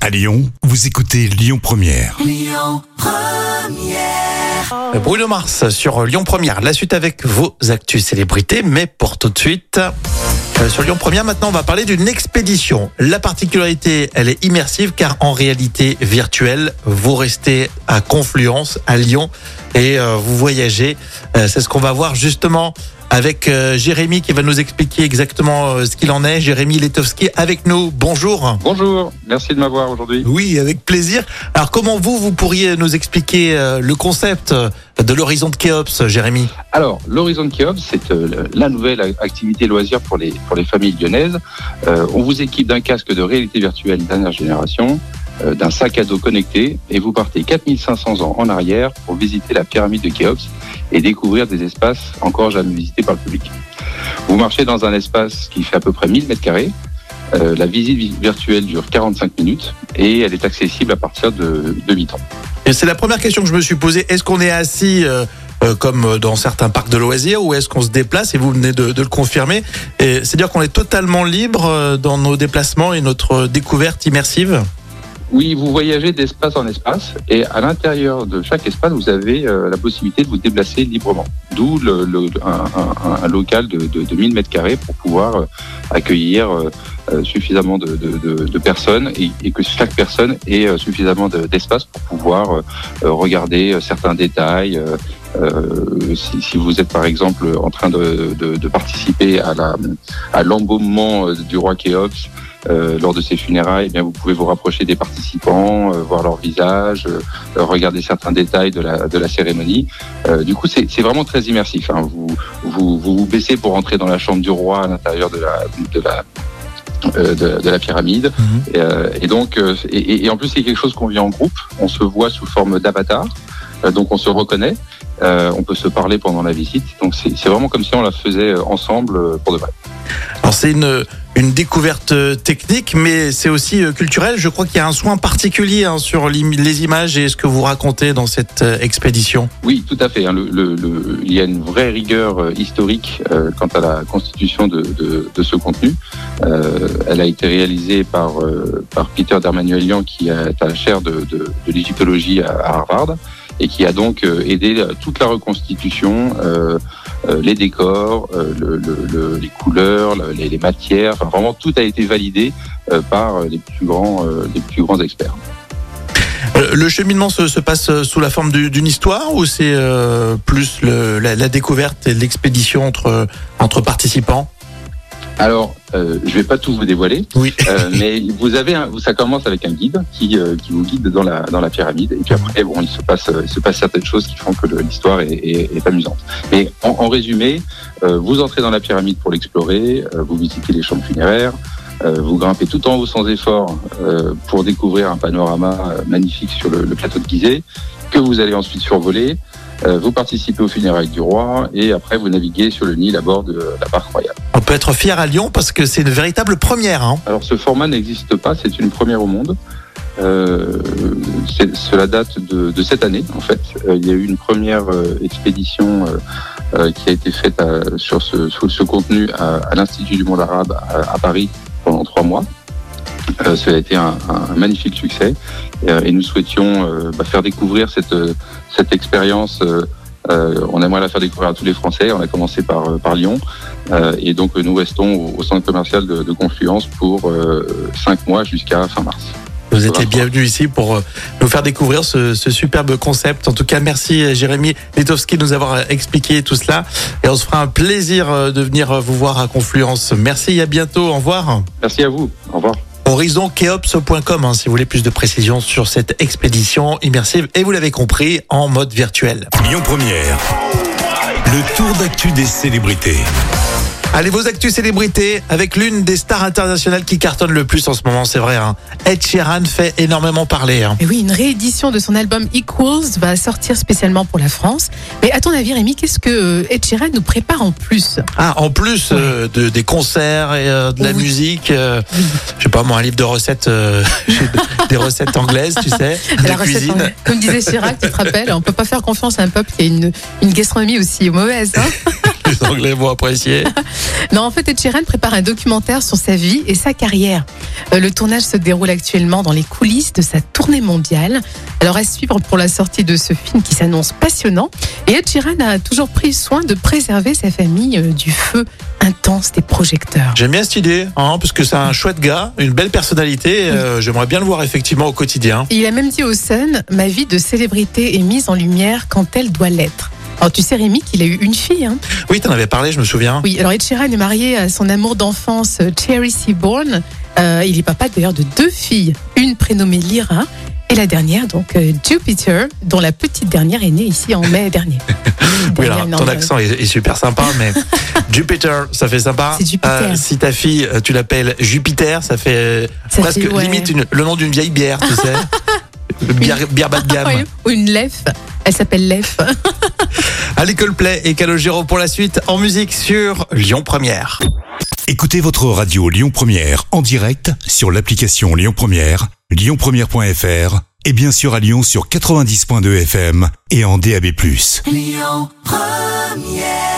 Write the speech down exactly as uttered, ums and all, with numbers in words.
À Lyon, vous écoutez Lyon Première. Lyon Première. Bruno Mars sur Lyon Première. La suite avec vos actus célébrités, mais pour tout de suite, euh, sur Lyon Première, maintenant on va parler d'une expédition. La particularité, elle est immersive car en réalité virtuelle, vous restez à Confluence, à Lyon, et euh, vous voyagez. Euh, c'est ce qu'on va voir justement avec euh, Jérémy qui va nous expliquer exactement euh, ce qu'il en est. Jérémy Letowski avec nous. Bonjour. Bonjour, merci de m'avoir aujourd'hui. Oui, avec plaisir. Alors comment vous, vous pourriez nous expliquer euh, le concept de l'Horizon de Khéops, Jérémy? Alors, l'Horizon de Khéops, c'est euh, la nouvelle activité loisir pour les, pour les familles lyonnaises. Euh, on vous équipe d'un casque de réalité virtuelle dernière génération, euh, d'un sac à dos connecté, et vous partez quatre mille cinq cents ans en arrière pour visiter la pyramide de Khéops et découvrir des espaces encore jamais visités par le public. Vous marchez dans un espace qui fait à peu près mille mètres carrés. Euh, la visite virtuelle dure quarante-cinq minutes et elle est accessible à partir de, de huit ans. Et c'est la première question que je me suis posée. Est-ce qu'on est assis euh, euh, comme dans certains parcs de loisirs ou est-ce qu'on se déplace? Et vous venez de, de le confirmer. Et c'est-à-dire qu'on est totalement libre euh, dans nos déplacements et notre découverte immersive? Oui, vous voyagez d'espace en espace et à l'intérieur de chaque espace, vous avez euh, la possibilité de vous déplacer librement. D'où le, le, un, un, un local de, de, de mille mètres carrés pour pouvoir euh, accueillir euh, suffisamment de, de, de, de personnes et, et que chaque personne ait euh, suffisamment de, d'espace pour pouvoir euh, regarder certains détails. Euh, euh, si, si vous êtes par exemple en train de, de, de participer à, la, à l'embaumement du roi Khéops, Euh, lors de ces funérailles, eh bien, vous pouvez vous rapprocher des participants, euh, voir leur visage, euh, regarder certains détails de la, de la cérémonie. Euh, du coup, c'est, c'est vraiment très immersif. Hein. Vous, vous, vous vous baissez pour entrer dans la chambre du roi à l'intérieur de la, de la, euh, de, de la pyramide. Mmh. Et, euh, et donc, euh, et, et en plus, c'est quelque chose qu'on vit en groupe. On se voit sous forme d'avatar, euh, donc on se reconnaît. Euh, on peut se parler pendant la visite. Donc, c'est, c'est vraiment comme si on la faisait ensemble pour de vrai. Alors, c'est une une découverte technique, mais c'est aussi culturel. Je crois qu'il y a un soin particulier hein, sur les images et ce que vous racontez dans cette expédition. Oui, tout à fait. Hein. Le, le, le, il y a une vraie rigueur historique euh, quant à la constitution de, de, de ce contenu. Euh, elle a été réalisée par, euh, par Peter Dermanuelian, qui est à la chaire de, de, de l'égyptologie à, à Harvard, et qui a donc aidé toute la reconstitution, euh, euh, les décors, euh, le, le, le, les couleurs, les, les matières. Enfin, vraiment, tout a été validé euh, par les plus grands, euh, les plus grands experts. Le cheminement se, se passe sous la forme d'une histoire ou c'est euh, plus le, la, la découverte et l'expédition entre, entre participants? Alors, euh, je vais pas tout vous dévoiler, oui. euh, mais vous avez, un, ça commence avec un guide qui, euh, qui vous guide dans la dans la pyramide, et puis après, bon, il se passe, il se passe certaines choses qui font que le, l'histoire est, est, est amusante. Mais en, en résumé, euh, vous entrez dans la pyramide pour l'explorer, euh, vous visitez les chambres funéraires, euh, vous grimpez tout en haut sans effort euh, pour découvrir un panorama magnifique sur le, le plateau de Gizeh, que vous allez ensuite survoler. Euh, vous participez aux funérailles du roi et après vous naviguez sur le Nil à bord de la barque royale. On peut être fier à Lyon parce que c'est une véritable première. Hein. Alors ce format n'existe pas, c'est une première au monde. Euh, c'est, cela date de, de cette année en fait. Euh, il y a eu une première euh, expédition euh, euh, qui a été faite à, sur, ce, sur ce contenu à, à l'Institut du monde arabe à, à Paris pendant trois mois. Euh, ça a été un, un magnifique succès euh, et nous souhaitions euh, bah, faire découvrir cette, cette expérience. Euh, euh, on aimerait la faire découvrir à tous les Français. On a commencé par, par Lyon euh, et donc nous restons au, au centre commercial de, de Confluence pour euh, cinq mois jusqu'à fin mars. Vous êtes les bienvenus ici pour nous faire découvrir ce, ce superbe concept. En tout cas, merci Jérémy Letowski de nous avoir expliqué tout cela. Et on se fera un plaisir de venir vous voir à Confluence. Merci et à bientôt. Au revoir. Merci à vous. Au revoir. horizon khéops point com hein, si vous voulez plus de précisions sur cette expédition immersive et vous l'avez compris en mode virtuel. Lyon Première, le tour d'actu des célébrités. Allez, vos actus célébrités avec l'une des stars internationales qui cartonne le plus en ce moment, c'est vrai. Hein. Ed Sheeran fait énormément parler. Hein. Et oui, une réédition de son album Equals va sortir spécialement pour la France. Mais à ton avis, Rémi, qu'est-ce que Ed Sheeran nous prépare en plus? Ah, en plus ouais. euh, de, des concerts et euh, de la oui. musique, euh, oui. je sais pas moi, un livre de recettes, euh, des recettes anglaises, tu sais, de la cuisine. Anglaise. Comme disait Chirac, tu te rappelles, on peut pas faire confiance à un peuple qui a une, une gastronomie aussi mauvaise. Hein. Les Anglais vont apprécier. Non, en fait, Ed Sheeran prépare un documentaire sur sa vie et sa carrière. Euh, le tournage se déroule actuellement dans les coulisses de sa tournée mondiale. Alors, à suivre pour la sortie de ce film qui s'annonce passionnant. Et Ed Sheeran a toujours pris soin de préserver sa famille euh, du feu intense des projecteurs. J'aime bien cette idée, hein, parce que c'est un chouette gars, une belle personnalité. Euh, j'aimerais bien le voir effectivement au quotidien. Et il a même dit au Sun, ma vie de célébrité est mise en lumière quand elle doit l'être. Alors tu sais Rémi qu'il a eu une fille. Hein. Oui, t'en avais parlé, je me souviens. Oui, alors Ed Sheeran est marié à son amour d'enfance Cherry Seaborn. Euh, il est papa d'ailleurs de deux filles, une prénommée Lyra et la dernière donc euh, Jupiter, dont la petite dernière est née ici en mai dernier. Oui, alors non, ton non, accent est, est super sympa, mais Jupiter, ça fait sympa. C'est Jupiter. Euh, si ta fille, tu l'appelles Jupiter, ça fait euh, Ça presque fait, ouais. limite une, le nom d'une vieille bière, tu sais. Bière, bière bas de gamme. Oui, ou une Lef, elle s'appelle Lef. Allez, Coldplay et Calogero pour la suite en musique sur Lyon Première. Écoutez votre radio Lyon Première en direct sur l'application Lyon Première, lyon première point f r et bien sûr à Lyon sur quatre-vingt-dix point deux F M et en D A B plus. Lyon Première.